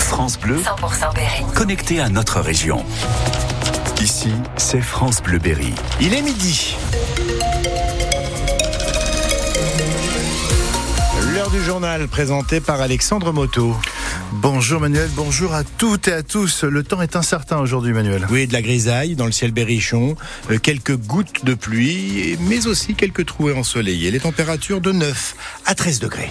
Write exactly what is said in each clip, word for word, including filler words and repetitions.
France Bleu, cent pour cent Berry. Connecté à notre région. Ici, c'est France Bleu Berry. Il est midi. L'heure du journal présenté par Alexandre Moto. Bonjour Manuel, bonjour à toutes et à tous. Le temps est incertain aujourd'hui Manuel. Oui, de la grisaille dans le ciel berrichon, euh, quelques gouttes de pluie, mais aussi quelques trouées ensoleillées. Les températures de neuf à treize degrés.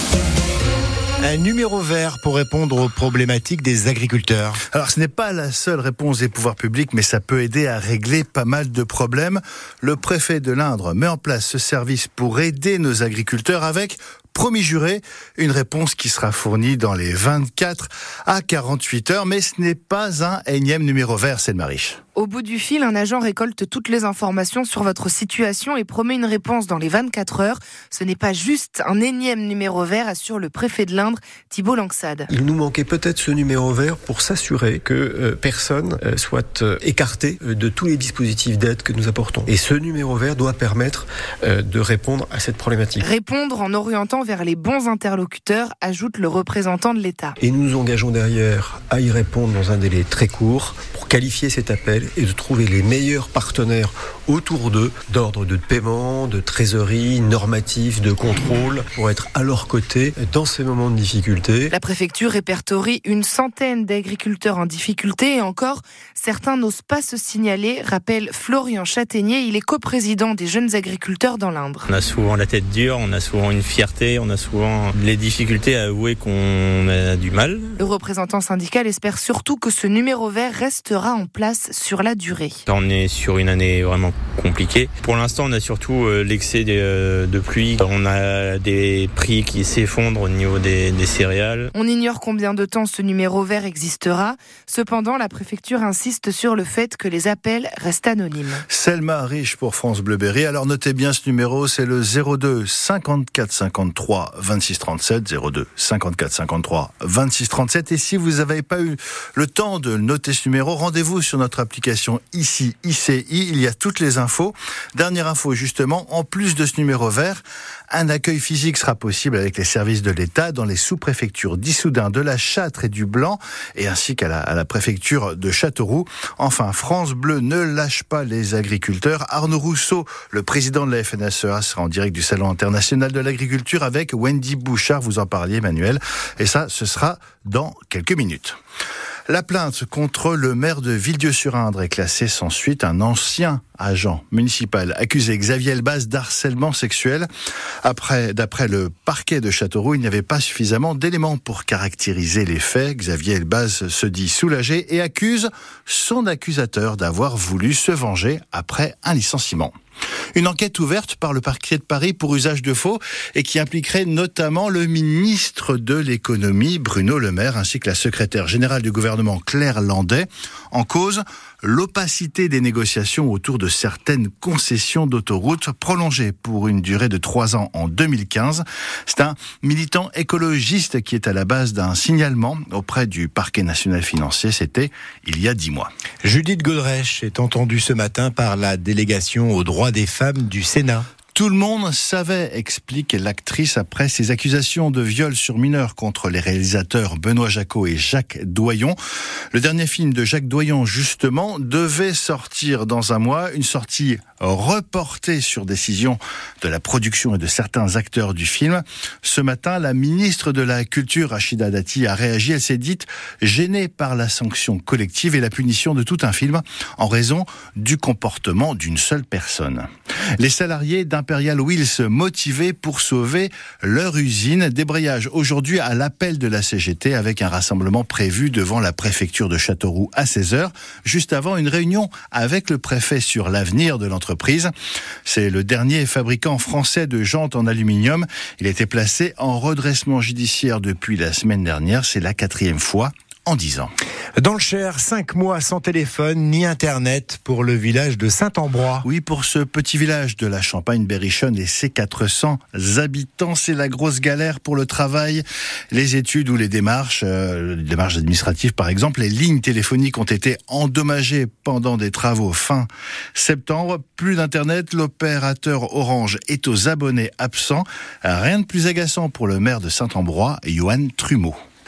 Un numéro vert pour répondre aux problématiques des agriculteurs. Alors ce n'est pas la seule réponse des pouvoirs publics, mais ça peut aider à régler pas mal de problèmes. Le préfet de l'Indre met en place ce service pour aider nos agriculteurs avec, promis juré, une réponse qui sera fournie dans les vingt-quatre à quarante-huit heures, mais ce n'est pas un énième numéro vert, c'est de Mariche. Au bout du fil, un agent récolte toutes les informations sur votre situation et promet une réponse dans les vingt-quatre heures. Ce n'est pas juste un énième numéro vert, assure le préfet de l'Indre, Thibault Langsade. Il nous manquait peut-être ce numéro vert pour s'assurer que euh, personne euh, soit euh, écarté euh, de tous les dispositifs d'aide que nous apportons. Et ce numéro vert doit permettre euh, de répondre à cette problématique. Répondre en orientant vers les bons interlocuteurs, ajoute le représentant de l'État. Et nous nous engageons derrière à y répondre dans un délai très court pour qualifier cet appel et de trouver les meilleurs partenaires autour d'eux, d'ordre de paiement, de trésorerie, normatif, de contrôle, pour être à leur côté dans ces moments de difficulté. La préfecture répertorie une centaine d'agriculteurs en difficulté et encore, certains n'osent pas se signaler, rappelle Florian Châtaignier, il est coprésident des jeunes agriculteurs dans l'Indre. On a souvent la tête dure, on a souvent une fierté, on a souvent les difficultés à avouer qu'on a du mal. Le représentant syndical espère surtout que ce numéro vert restera en place sur la durée. On est sur une année vraiment compliquée. Pour l'instant, on a surtout l'excès de, de pluie. On a des prix qui s'effondrent au niveau des, des céréales. On ignore combien de temps ce numéro vert existera. Cependant, la préfecture insiste sur le fait que les appels restent anonymes. Selma Riche pour France Bleu Berry. Alors notez bien ce numéro, c'est le zéro deux cinquante-quatre cinquante-trois vingt-six trente-sept, zéro deux cinquante-quatre cinquante-trois vingt-six trente-sept. Et si vous n'avez pas eu le temps de noter ce numéro, rendez-vous sur notre application Ici I C I. Il y a toutes les infos. Dernière info justement, en plus de ce numéro vert, un accueil physique sera possible avec les services de l'État dans les sous-préfectures d'Issoudun, de la Châtre et du Blanc, et ainsi qu'à la, à la préfecture de Châteauroux. Enfin, France Bleu ne lâche pas les agriculteurs. Arnaud Rousseau, le président de la F N S E A, sera en direct du Salon international de l'agriculture avec Wendy Bouchard, vous en parliez Emmanuel, et ça, ce sera dans quelques minutes. La plainte contre le maire de Villedieu-sur-Indre est classée sans suite. Un ancien agent municipal accusé, Xavier Elbaz, d'harcèlement sexuel. Après, d'après le parquet de Châteauroux, il n'y avait pas suffisamment d'éléments pour caractériser les faits. Xavier Elbaz se dit soulagé et accuse son accusateur d'avoir voulu se venger après un licenciement. Une enquête ouverte par le parquet de Paris pour usage de faux et qui impliquerait notamment le ministre de l'économie, Bruno Le Maire, ainsi que la secrétaire générale du gouvernement, Claire Landais. En cause, l'opacité des négociations autour de certaines concessions d'autoroutes prolongées pour une durée de trois ans en deux mille quinze. C'est un militant écologiste qui est à la base d'un signalement auprès du parquet national financier. C'était il y a dix mois. Judith Godrèche est entendue ce matin par la délégation aux droits des femmes du Sénat. Tout le monde savait, explique l'actrice après ses accusations de viol sur mineurs contre les réalisateurs Benoît Jacquot et Jacques Doyon. Le dernier film de Jacques Doyon, justement, devait sortir dans un mois. Une sortie reportée sur décision de la production et de certains acteurs du film. Ce matin, la ministre de la Culture, Rachida Dati, a réagi. Elle s'est dite gênée par la sanction collective et la punition de tout un film en raison du comportement d'une seule personne. Les salariés d'Imperial Wheels motivés pour sauver leur usine. Débrayage aujourd'hui à l'appel de la C G T avec un rassemblement prévu devant la préfecture de Châteauroux à seize heures, juste avant une réunion avec le préfet sur l'avenir de l'entreprise. C'est le dernier fabricant français de jantes en aluminium. Il a été placé en redressement judiciaire depuis la semaine dernière. C'est la quatrième fois en dix ans. Dans le Cher, cinq mois sans téléphone ni internet pour le village de Saint-Ambrois. Oui, pour ce petit village de la Champagne-Berrichonne et ses quatre cents habitants, c'est la grosse galère pour le travail, les études ou les démarches, euh, les démarches administratives par exemple. Les lignes téléphoniques ont été endommagées pendant des travaux fin septembre. Plus d'internet, l'opérateur Orange est aux abonnés absents. Rien de plus agaçant pour le maire de Saint-Ambrois, Johan Trumeau.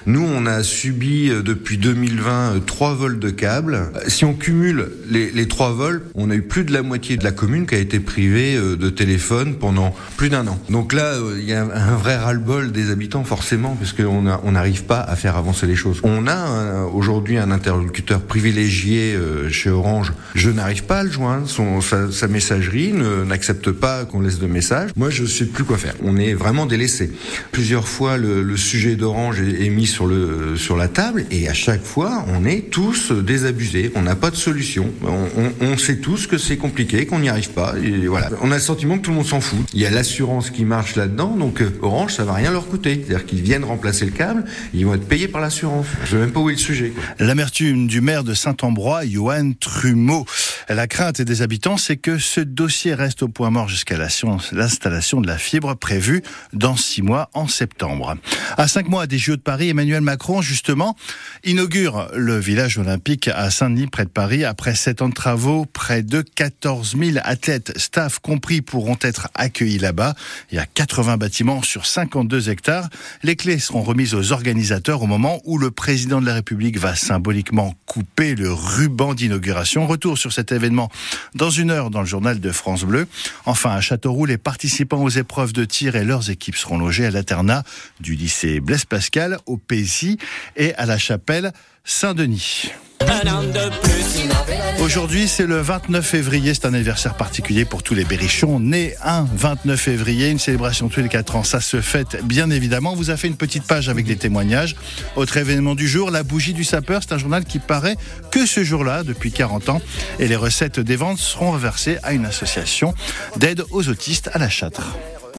Nous, on a subi depuis deux mille vingt trois vols de câbles. Si on cumule les, les trois vols, on a eu plus de la moitié de la commune qui a été privée de téléphone pendant plus d'un an. Donc là, il y a un vrai ras-le-bol des habitants, forcément, parce qu'on on n'arrive pas à faire avancer les choses. On a un, aujourd'hui un interlocuteur privilégié euh, chez Orange. Je n'arrive pas à le joindre. Son, sa, sa messagerie ne, n'accepte pas qu'on laisse de messages. Moi, je ne sais plus quoi faire. On est vraiment délaissé. Plusieurs fois, le, le sujet d'Orange est, est mis sur, le, sur la table et à chaque fois, on est tous désabusés. On n'a pas de solution. On, on, on sait tous que c'est compliqué, qu'on n'y arrive pas. Et voilà. On a le sentiment que tout le monde s'en fout. Il y a l'assurance qui marche là-dedans, donc euh, Orange, ça va rien leur coûter. C'est-à-dire qu'ils viennent remplacer le câble, ils vont être payés par l'assurance. Je sais même pas où est le sujet, quoi. L'amertume du maire de Saint-Ambroix, Johan Trumeau. La crainte des habitants, c'est que ce dossier reste au point mort jusqu'à l'installation de la fibre prévue dans six mois en septembre. À cinq mois des J O de Paris, Emmanuel Macron, justement, inaugure le village olympique à Saint-Denis, près de Paris. Après sept ans de travaux, près de quatorze mille athlètes, staff compris, pourront être accueillis là-bas. Il y a quatre-vingts bâtiments sur cinquante-deux hectares. Les clés seront remises aux organisateurs au moment où le président de la République va symboliquement couper le ruban d'inauguration. Retour sur cet événement dans une heure dans le journal de France Bleu. Enfin, à Châteauroux, les participants aux épreuves de tir et leurs équipes seront logés à l'internat du lycée Blaise Pascal, au Paisy et à la chapelle Saint-Denis. Aujourd'hui, c'est le vingt-neuf février. C'est un anniversaire particulier pour tous les berrichons nés un vingt-neuf février. Une célébration tous les quatre ans. Ça se fête, bien évidemment. On vous a fait une petite page avec des témoignages. Autre événement du jour, la bougie du sapeur. C'est un journal qui paraît que ce jour-là, depuis quarante ans. Et les recettes des ventes seront reversées à une association d'aide aux autistes à la Châtre.